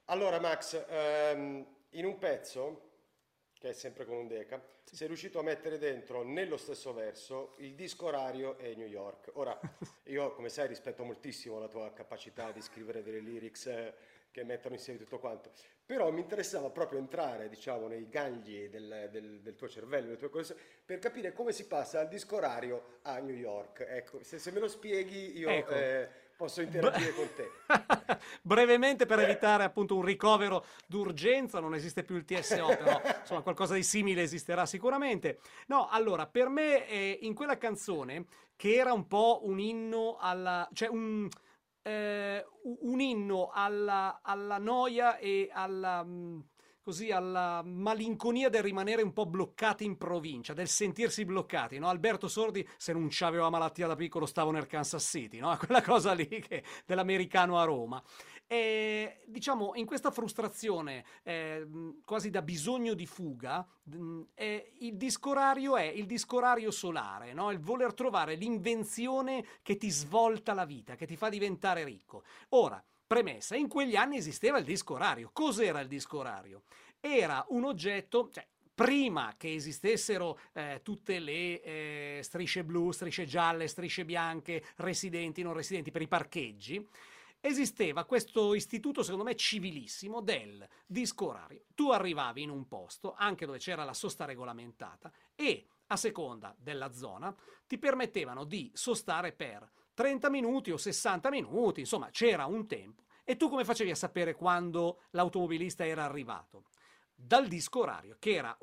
Allora, Max, in un pezzo, che è sempre con un deca, sei riuscito a mettere dentro nello stesso verso il disco orario e New York. Ora, io, come sai, rispetto moltissimo la tua capacità di scrivere delle lyrics che mettono insieme tutto quanto, però mi interessava proprio entrare, diciamo, nei gangli del tuo cervello, delle tue cose, per capire come si passa dal disco orario a New York. Ecco, se me lo spieghi, io Ecco, posso b- interagire con te. brevemente per evitare appunto un ricovero d'urgenza, non esiste più il TSO, però insomma qualcosa di simile esisterà sicuramente. No, allora, per me in quella canzone, che era un po' un inno alla, cioè un inno alla noia e alla, così, alla malinconia del rimanere un po' bloccati in provincia, del sentirsi bloccati, no? Alberto Sordi, se non c'aveva malattia da piccolo, stavo nel Kansas City, no? Quella cosa lì dell'americano a Roma. E diciamo, in questa frustrazione, quasi da bisogno di fuga, il disco orario è il disco orario solare, no? Il voler trovare l'invenzione che ti svolta la vita, che ti fa diventare ricco. Ora, premessa, in quegli anni esisteva il disco orario. Cos'era il disco orario? Era un oggetto, cioè prima che esistessero tutte le strisce blu, strisce gialle, strisce bianche, residenti, non residenti per i parcheggi, esisteva questo istituto, secondo me, civilissimo del disco orario. Tu arrivavi in un posto, anche dove c'era la sosta regolamentata, e a seconda della zona ti permettevano di sostare per 30 minuti o 60 minuti, insomma c'era un tempo. E tu come facevi a sapere quando l'automobilista era arrivato? Dal disco orario, che era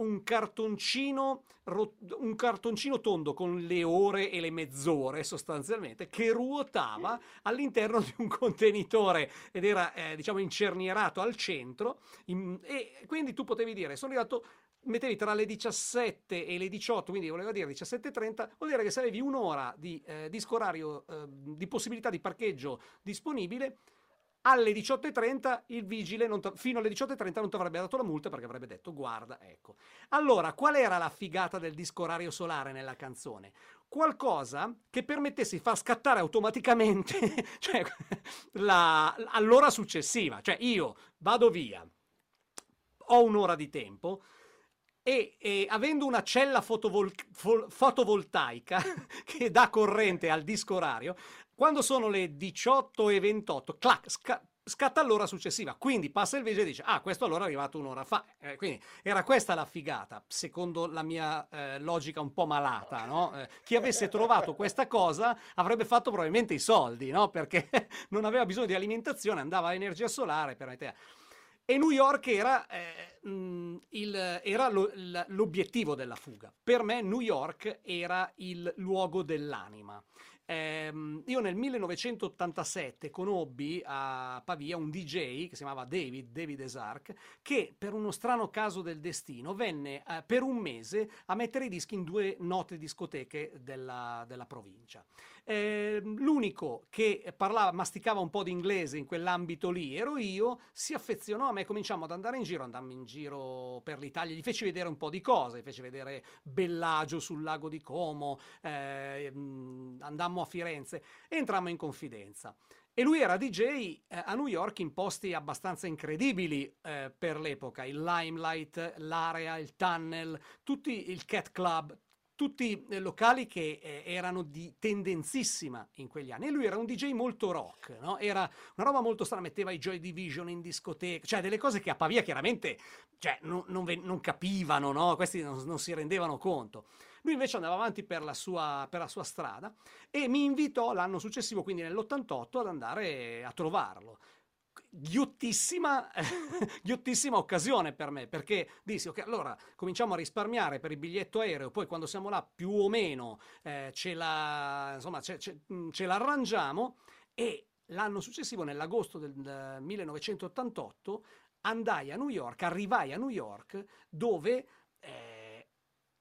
un cartoncino tondo con le ore e le mezz'ore sostanzialmente, che ruotava all'interno di un contenitore ed era diciamo incernierato al centro, e quindi tu potevi dire sono arrivato, mettevi tra le 17 e le 18, quindi voleva dire 17:30, vuol dire che se avevi un'ora di disco orario, di possibilità di parcheggio disponibile, alle 18:30 il vigile fino alle 18:30 non ti avrebbe dato la multa perché avrebbe detto guarda, ecco. Allora, qual era la figata del disco orario solare nella canzone? Qualcosa che permettesse di far scattare automaticamente cioè, all'ora successiva. Cioè io vado via, ho un'ora di tempo e avendo una cella fotovoltaica che dà corrente al disco orario, quando sono le 18:28, clac, scatta l'ora successiva. Quindi passa il vigile e dice: ah, questo allora è arrivato un'ora fa. Quindi era questa la figata, secondo la mia logica un po' malata, no? Chi avesse trovato questa cosa avrebbe fatto probabilmente i soldi, no? Perché non aveva bisogno di alimentazione, andava a energia solare, permetteva. E New York era, l'obiettivo della fuga. Per me New York era il luogo dell'anima. Io nel 1987 conobbi a Pavia un DJ che si chiamava David Esark, che per uno strano caso del destino venne per un mese a mettere i dischi in due note discoteche della provincia. L'unico che parlava, masticava un po' di inglese in quell'ambito lì ero io, si affezionò a me, cominciamo ad andare in giro, andammo in giro per l'Italia, gli feci vedere un po' di cose, gli feci vedere Bellagio sul lago di Como, andammo a Firenze e entrammo in confidenza. E lui era DJ a New York in posti abbastanza incredibili per l'epoca, il Limelight, l'Area, il Tunnel, tutti il Cat Club, tutti locali che erano di tendenzissima in quegli anni. E lui era un DJ molto rock, no? Era una roba molto strana, metteva i Joy Division in discoteca, cioè delle cose che a Pavia chiaramente cioè, non capivano, no? Questi non si rendevano conto. Lui invece andava avanti per la sua strada e mi invitò l'anno successivo, quindi nell'88, ad andare a trovarlo. Ghiottissima, ghiottissima occasione per me, perché dissi ok, allora cominciamo a risparmiare per il biglietto aereo, poi quando siamo là più o meno insomma, ce l'arrangiamo. E l'anno successivo, nell'agosto del 1988, andai a New York, arrivai a New York dove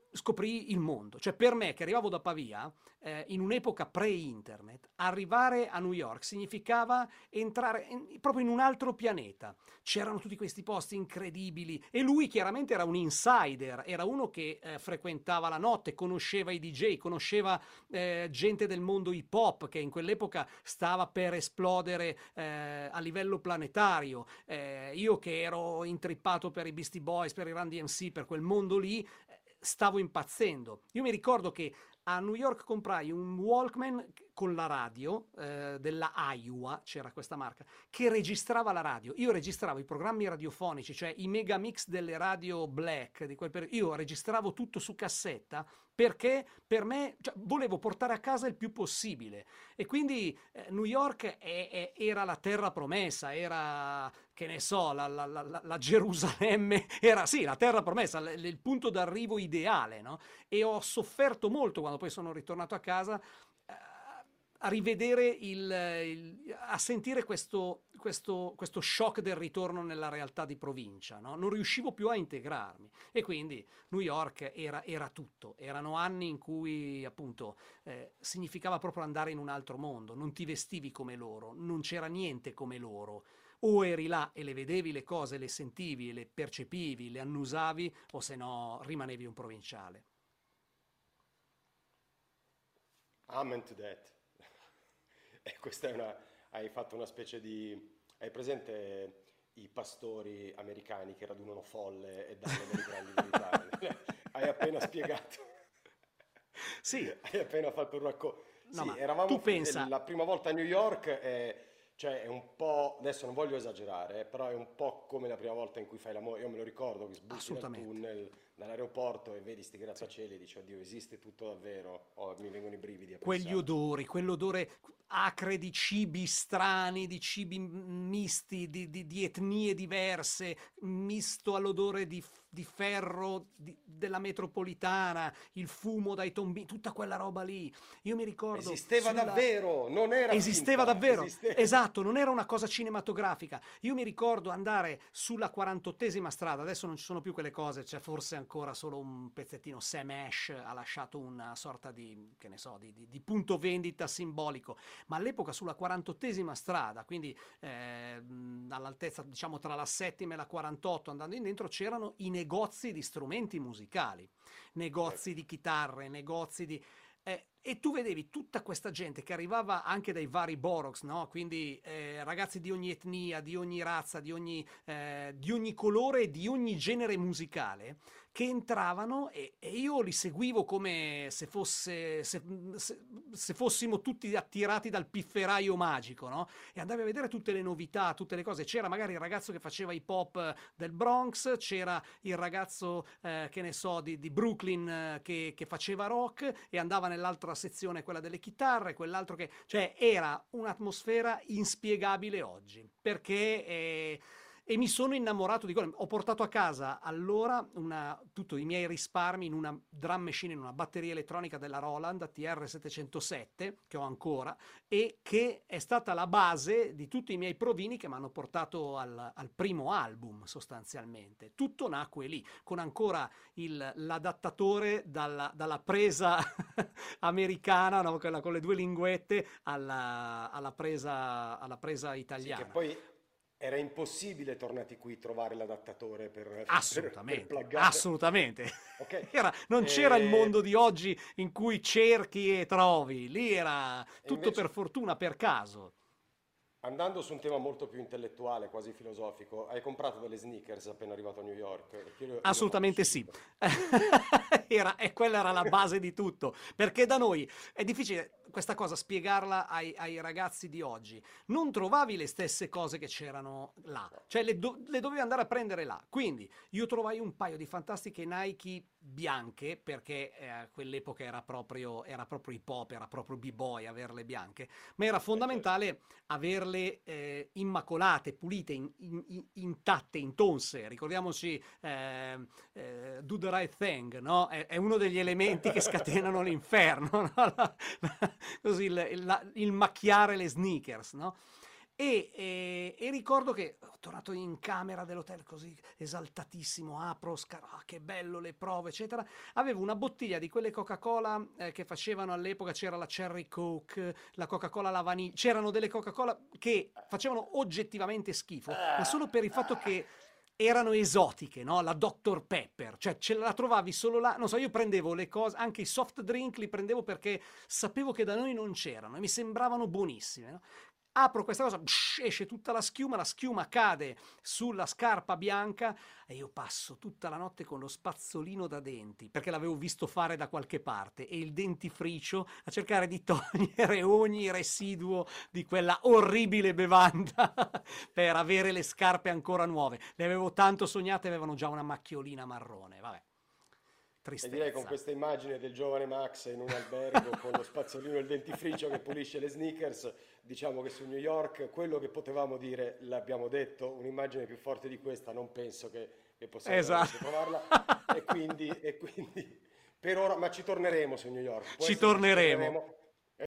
scoprì il mondo. Cioè per me che arrivavo da Pavia, in un'epoca pre-internet, arrivare a New York significava entrare proprio in un altro pianeta. C'erano tutti questi posti incredibili e lui chiaramente era un insider, era uno che frequentava la notte, conosceva i DJ, conosceva gente del mondo hip hop che in quell'epoca stava per esplodere a livello planetario. Io che ero intrippato per i Beastie Boys, per i Run DMC, per quel mondo lì, stavo impazzendo. Io mi ricordo che a New York comprai un Walkman con la radio della Iowa, c'era questa marca, che registrava la radio. Io registravo i programmi radiofonici, cioè i megamix delle radio black di quel periodo. Io registravo tutto su cassetta perché per me, cioè, volevo portare a casa il più possibile. E quindi New York era la terra promessa, era, che ne so, la Gerusalemme, era sì, la terra promessa, il punto d'arrivo ideale, no? E ho sofferto molto quando poi sono ritornato a casa a rivedere a sentire questo shock del ritorno nella realtà di provincia, no? Non riuscivo più a integrarmi e quindi New York era tutto. Erano anni in cui appunto significava proprio andare in un altro mondo, non ti vestivi come loro, non c'era niente come loro. O eri là e le vedevi le cose, le sentivi, le percepivi, le annusavi, o se no rimanevi un provinciale. Amen to that. E questa è hai fatto una specie di... Hai presente i pastori americani che radunano folle e danno delle grandi verità? Hai appena spiegato. Sì. Hai appena fatto un racconto. No, Sì, ma eravamo tu pensa... la prima volta a New York, cioè è un po', adesso non voglio esagerare, però è un po' come la prima volta in cui fai l'amore. Io me lo ricordo che sbuchi nel tunnel dall'aeroporto e vedi sti grattacieli e dici, oddio, esiste tutto davvero? Oh, mi vengono i brividi a Quegli pensarci. odori, quell'odore acre di cibi strani, di cibi misti, di etnie diverse, misto all'odore di ferro della metropolitana, il fumo dai tombini, tutta quella roba lì. Io mi ricordo... Esisteva davvero, non era Esisteva finta, davvero, esisteva. esatto, non era una cosa cinematografica. Io mi ricordo andare sulla 48esima strada, adesso non ci sono più quelle cose, c'è forse ancora solo un pezzettino. Sam Ash ha lasciato una sorta di, che ne so, di punto vendita simbolico, ma all'epoca sulla 48esima strada, quindi all'altezza diciamo tra la 7ª e la 48, andando in dentro, c'erano i negozi di strumenti musicali, negozi di chitarre, negozi di... e tu vedevi tutta questa gente che arrivava anche dai vari boroughs, no? Quindi ragazzi di ogni etnia, di ogni razza, di ogni colore e di ogni genere musicale, che entravano e io li seguivo come se fossimo tutti attirati dal pifferaio magico, no? E andavi a vedere tutte le novità, tutte le cose. C'era magari il ragazzo che faceva hip hop del Bronx, c'era il ragazzo che ne so di Brooklyn che faceva rock e andava nell'altra sezione, quella delle chitarre, quell'altro che... Cioè era un'atmosfera inspiegabile oggi, perché... E mi sono innamorato di quello. Ho portato a casa allora tutti i miei risparmi in una drum machine, in una batteria elettronica della Roland TR-707, che ho ancora, e che è stata la base di tutti i miei provini che mi hanno portato al primo album, sostanzialmente. Tutto nacque lì, con ancora l'adattatore dalla presa americana, no? Quella con le due linguette, alla presa italiana. Sì, che poi... Era impossibile, tornati qui, trovare l'adattatore per assolutamente, pluggare. Assolutamente. Okay. Non c'era il mondo di oggi in cui cerchi e trovi, lì era tutto invece, per fortuna, per caso. Andando su un tema molto più intellettuale, quasi filosofico, hai comprato delle sneakers appena arrivato a New York? Assolutamente sì. E quella era la base di tutto, perché da noi è difficile questa cosa spiegarla ai ragazzi di oggi. Non trovavi le stesse cose che c'erano là, cioè le dovevi andare a prendere là. Quindi io trovai un paio di fantastiche Nike bianche, perché a quell'epoca era proprio hip hop, era proprio b-boy averle bianche, ma era fondamentale averle immacolate, pulite, intatte, intonse. Ricordiamoci Do the Right Thing, no? È uno degli elementi che scatenano l'inferno, no? Così il macchiare le sneakers, no? E ricordo che tornato in camera dell'hotel così esaltatissimo, apro, che bello le prove, eccetera. Avevo una bottiglia di quelle Coca-Cola che facevano all'epoca, c'era la Cherry Coke, la Coca-Cola alla vaniglia, c'erano delle Coca-Cola che facevano oggettivamente schifo, ma solo per il fatto che erano esotiche, no? La Dr. Pepper, cioè ce la trovavi solo là, non so, io prendevo le cose, anche i soft drink li prendevo perché sapevo che da noi non c'erano e mi sembravano buonissime, no? Apro questa cosa, esce tutta la schiuma cade sulla scarpa bianca e io passo tutta la notte con lo spazzolino da denti, perché l'avevo visto fare da qualche parte, e il dentifricio a cercare di togliere ogni residuo di quella orribile bevanda per avere le scarpe ancora nuove. Le avevo tanto sognate, avevano già una macchiolina marrone, vabbè. E direi con Tristezza. questa immagine del giovane Max in un albergo con lo spazzolino e il dentifricio che pulisce le sneakers, diciamo che su New York quello che potevamo dire l'abbiamo detto, un'immagine più forte di questa non penso che possiamo Esatto. veramente trovarla e quindi per ora, ma ci torneremo su New York, può Ci essere che ci torneremo. torneremo